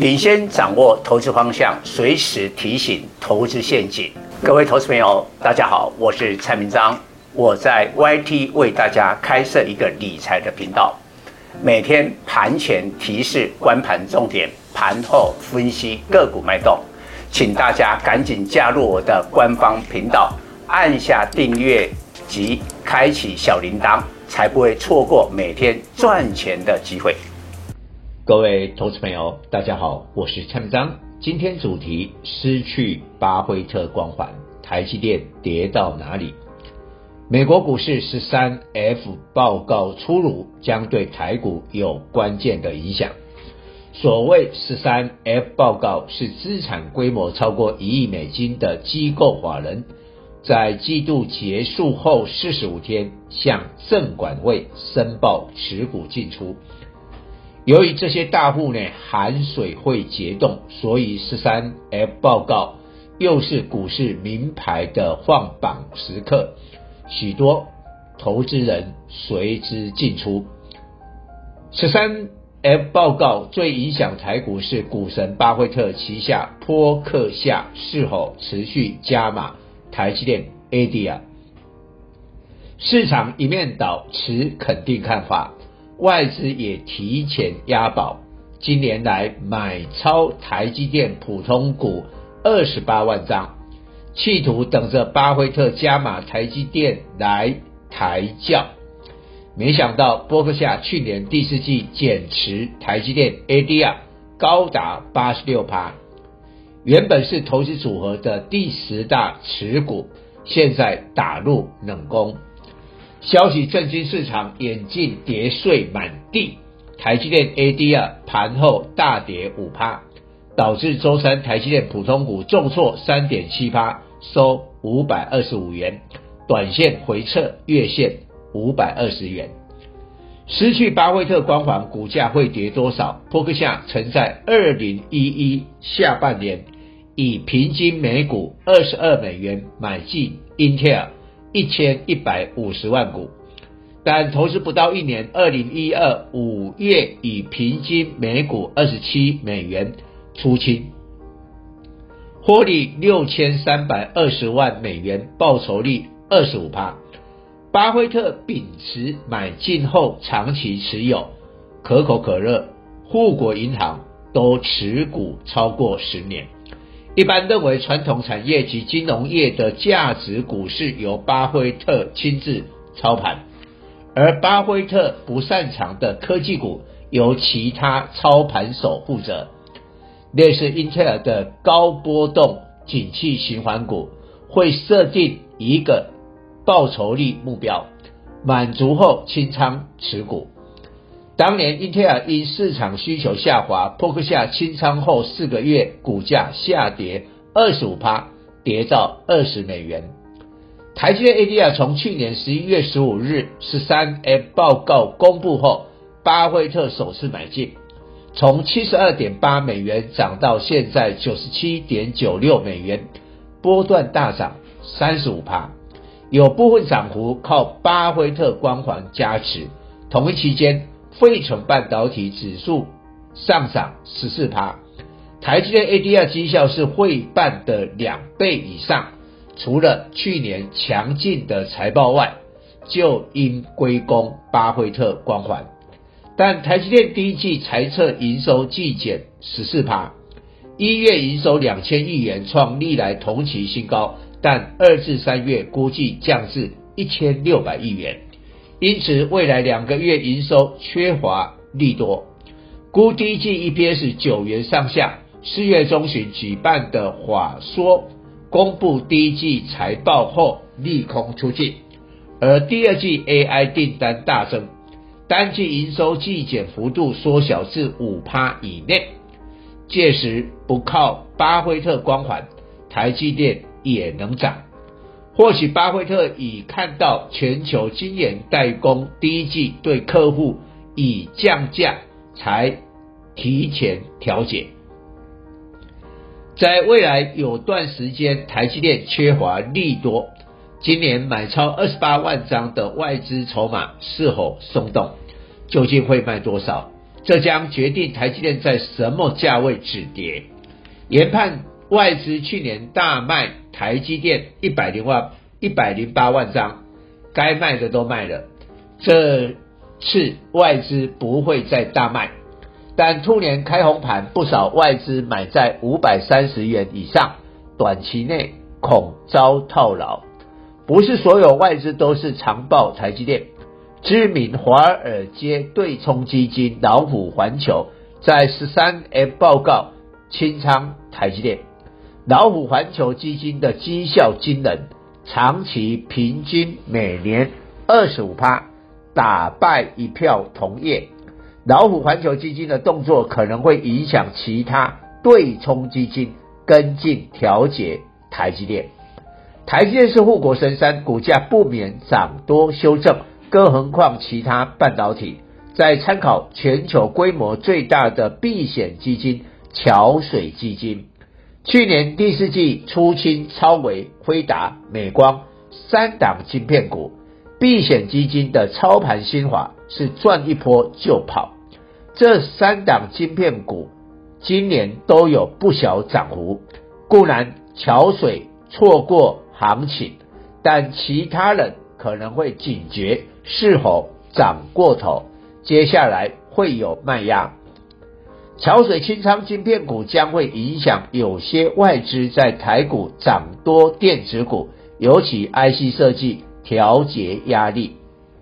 领先掌握投资方向，随时提醒投资陷阱。各位投资朋友，大家好，我是蔡明彰，我在 YT 为大家开设一个理财的频道，每天盘前提示观盘重点，盘后分析个股脉动，请大家赶紧加入我的官方频道，按下订阅及开启小铃铛，才不会错过每天赚钱的机会。 各位投资朋友，大家好，我是蔡明彰。今天主题：失去巴菲特光环，台积电跌到哪里？美国股市 13F 报告出炉，将对台股有关键的影响。所谓 13F 报告是资产规模超过1亿美金的机构法人，在季度结束后45天向证管会申报持股进出。由于这些大户含水会结冻，所以 13F 报告又是股市名牌的放榜时刻，许多投资人随之进出。13F 报告最影响台股是股神巴菲特旗下波克夏是否持续加码台积电 ADR， 市场一面倒持肯定看法，外资也提前押宝，今年来买超台积电普通股28万张，企图等着巴菲特加码台积电来抬轿。没想到波克夏去年第四季减持台积电 ADR 高达 86%， 原本是投资组合的第10大持股，现在打入冷宫。消息震惊市场，眼镜跌碎满地，台积电 ADR 盘后大跌 5%， 导致周三台积电普通股重挫 3.7%， 收525元，短线回撤月线520元。失去巴菲特光环，股价会跌多少？波克夏曾在2011下半年以平均每股22美元买进 Intel 1150万股，但投资不到一年，2012 5月以平均每股27美元出清，获利6320万美元，报酬率 25%。巴菲特秉持买进后长期持有，可口可乐、富国银行都持股超过10年。一般认为，传统产业及金融业的价值股是由巴菲特亲自操盘，而巴菲特不擅长的科技股由其他操盘手负责。类似英特尔的高波动景气循环股，会设定一个报酬率目标，满足后清仓持股。当年英特尔因市场需求下滑，波克夏清仓后4个月股价下跌 25%， 跌到20美元。台积电 ADR 从去年11月15日 13F 报告公布后，巴菲特首次买进，从 72.8 美元涨到现在 97.96 美元，波段大涨 35%， 有部分涨幅靠巴菲特光环加持。同一期间，费城半导体指数上涨 14%， 台积电 ADR 绩效是费半的2倍以上，除了去年强劲的财报外，就应归功巴菲特光环。但台积电第一季财测营收季减 14%， 1月营收2000亿元创历来同期新高，但2至3月估计降至1600亿元，因此未来2个月营收缺乏利多，估第一季 EPS 9元上下。4月中旬举办的法说公布第一季财报后利空出尽，而第二季 AI 订单大增，单季营收季减幅度缩小至 5% 以内。届时不靠巴菲特光环，台积电也能涨。或许巴菲特已看到全球晶圆代工第一季对客户已降价，才提前调节。在未来有段时间台积电缺乏利多，今年买超28万张的外资筹码是否松动，究竟会卖多少？ 这将决定台积电在什么价位止跌。研判外资去年大卖台积电108万张，该卖的都卖了，这次外资不会再大卖，但兔年开红盘，不少外资买在530元以上，短期内恐遭套牢。不是所有外资都是长抱台积电，知名华尔街对冲基金老虎环球在 13M 报告清仓台积电。老虎环球基金的绩效惊人，长期平均每年 25%， 打败一票同业。老虎环球基金的动作可能会影响其他对冲基金跟进调节台积电。台积电是护国神山，股价不免涨多修正，更何况其他半导体。在参考全球规模最大的避险基金桥水基金，去年第四季出清超微、辉达、美光3档晶片股，避险基金的操盘心法是赚一波就跑。这3档晶片股今年都有不小涨幅，固然桥水错过行情，但其他人可能会警觉是否涨过头，接下来会有卖压。桥水清仓晶片股将会影响有些外资在台股涨多电子股，尤其 IC 设计调节压力。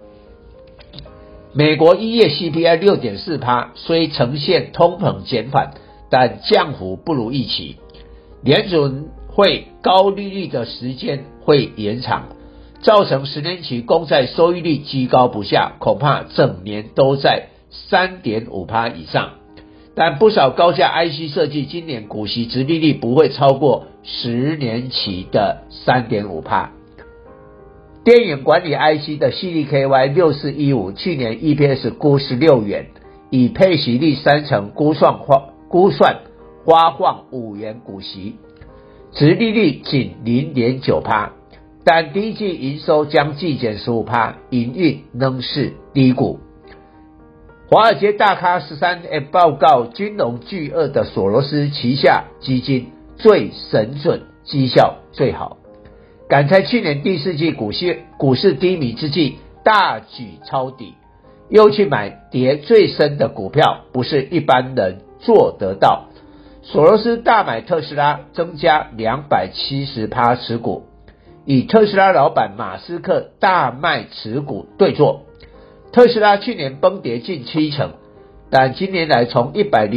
美国1月 CPI 6.4%， 虽呈现通膨减缓，但降幅不如预期。联准会高利率的时间会延长，造成10年期公债收益率居高不下，恐怕整年都在 3.5% 以上。但不少高价 IC 设计今年股息殖利率不会超过10年期的 3.5%。电源管理 IC 的 CDKY 6415去年 EPS 估16元，以配息率30%估算发放5元股息，殖利率仅 0.9%， 但第一季营收将季减 15%， 营运仍是低谷。华尔街大咖 13M 报告，金融巨鳄的索罗斯旗下基金最神准，绩效最好。赶在去年第四季股市低迷之际大举抄底，又去买跌最深的股票，不是一般人做得到。索罗斯大买特斯拉，增加 270% 持股，与特斯拉老板马斯克大卖持股对坐。特斯拉去年崩跌近70%，但今年来从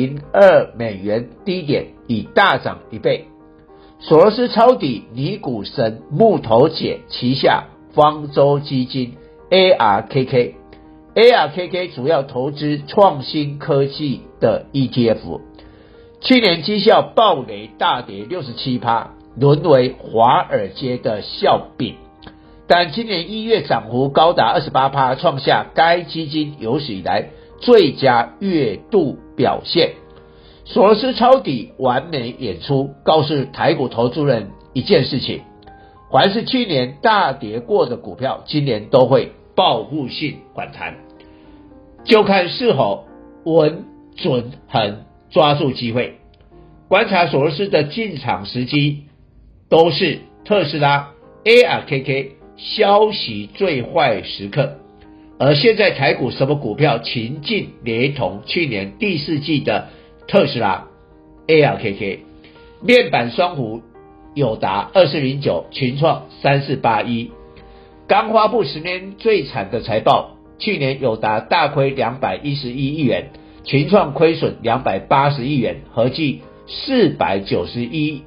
$102低点已大涨1倍。索罗斯抄底尼古神木头姐旗下方舟基金 ARKK 主要投资创新科技的 ETF， 去年绩效暴雷大跌 67%， 沦为华尔街的笑柄。但今年1月涨幅高达 28%， 创下该基金有史以来最佳月度表现。索罗斯抄底完美演出，告诉台股投资人一件事情：凡是去年大跌过的股票，今年都会报复性反弹，就看是否稳准狠抓住机会。观察索罗斯的进场时机，都是特斯拉 ARKK 消息最坏时刻，而现在台股什么股票情境连同去年第四季的特斯拉 ARKK， 面板双弧友达2409，群创3481。刚发布10年最惨的财报，去年友达大亏211亿元，群创亏损280亿元，合计491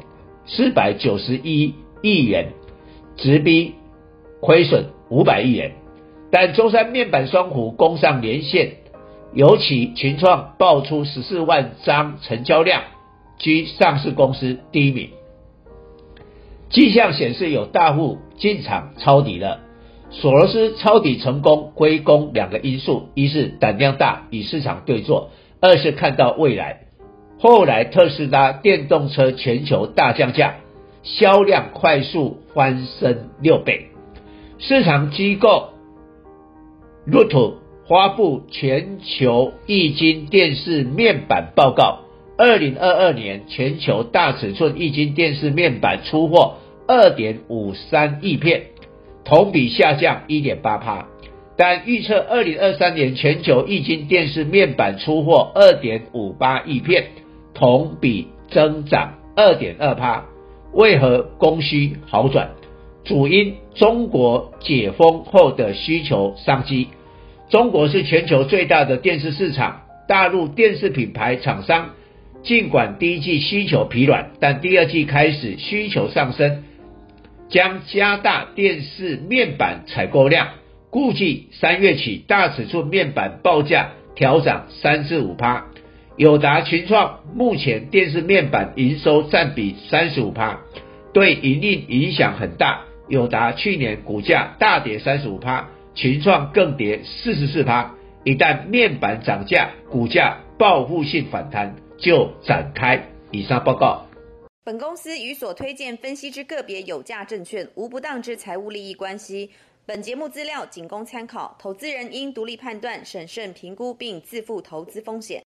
亿元，直逼亏损500亿元。但周三面板双弧攻上连线，尤其群创爆出14万张成交量，居上市公司第一名。迹象显示有大户进场抄底了。索罗斯抄底成功归功2个因素：一是胆量大，与市场对坐；二是看到未来。后来特斯拉电动车全球大降价，销量快速翻身6倍。市场机构 Root 发布全球液晶电视面板报告，2022年全球大尺寸液晶电视面板出货 2.53 亿片，同比下降 1.8%， 但预测2023年全球液晶电视面板出货 2.58 亿片，同比增长 2.2%。 为何供需好转？主因中国解封后的需求商机。中国是全球最大的电视市场，大陆电视品牌厂商尽管第一季需求疲软，但第二季开始需求上升，将加大电视面板采购量，估计3月起大尺寸面板报价调涨 3-5%。 友达、群创目前电视面板营收占比 35%， 对营运影响很大。友达去年股价大跌 35%， 群创更跌 44%， 一旦面板涨价，股价报复性反弹就展开。以上报告。 本公司与所推荐分析之个别有价证券无不当之财务利益关系。本节目资料仅供参考，投资人应独立判断、审慎评估并自负投资风险。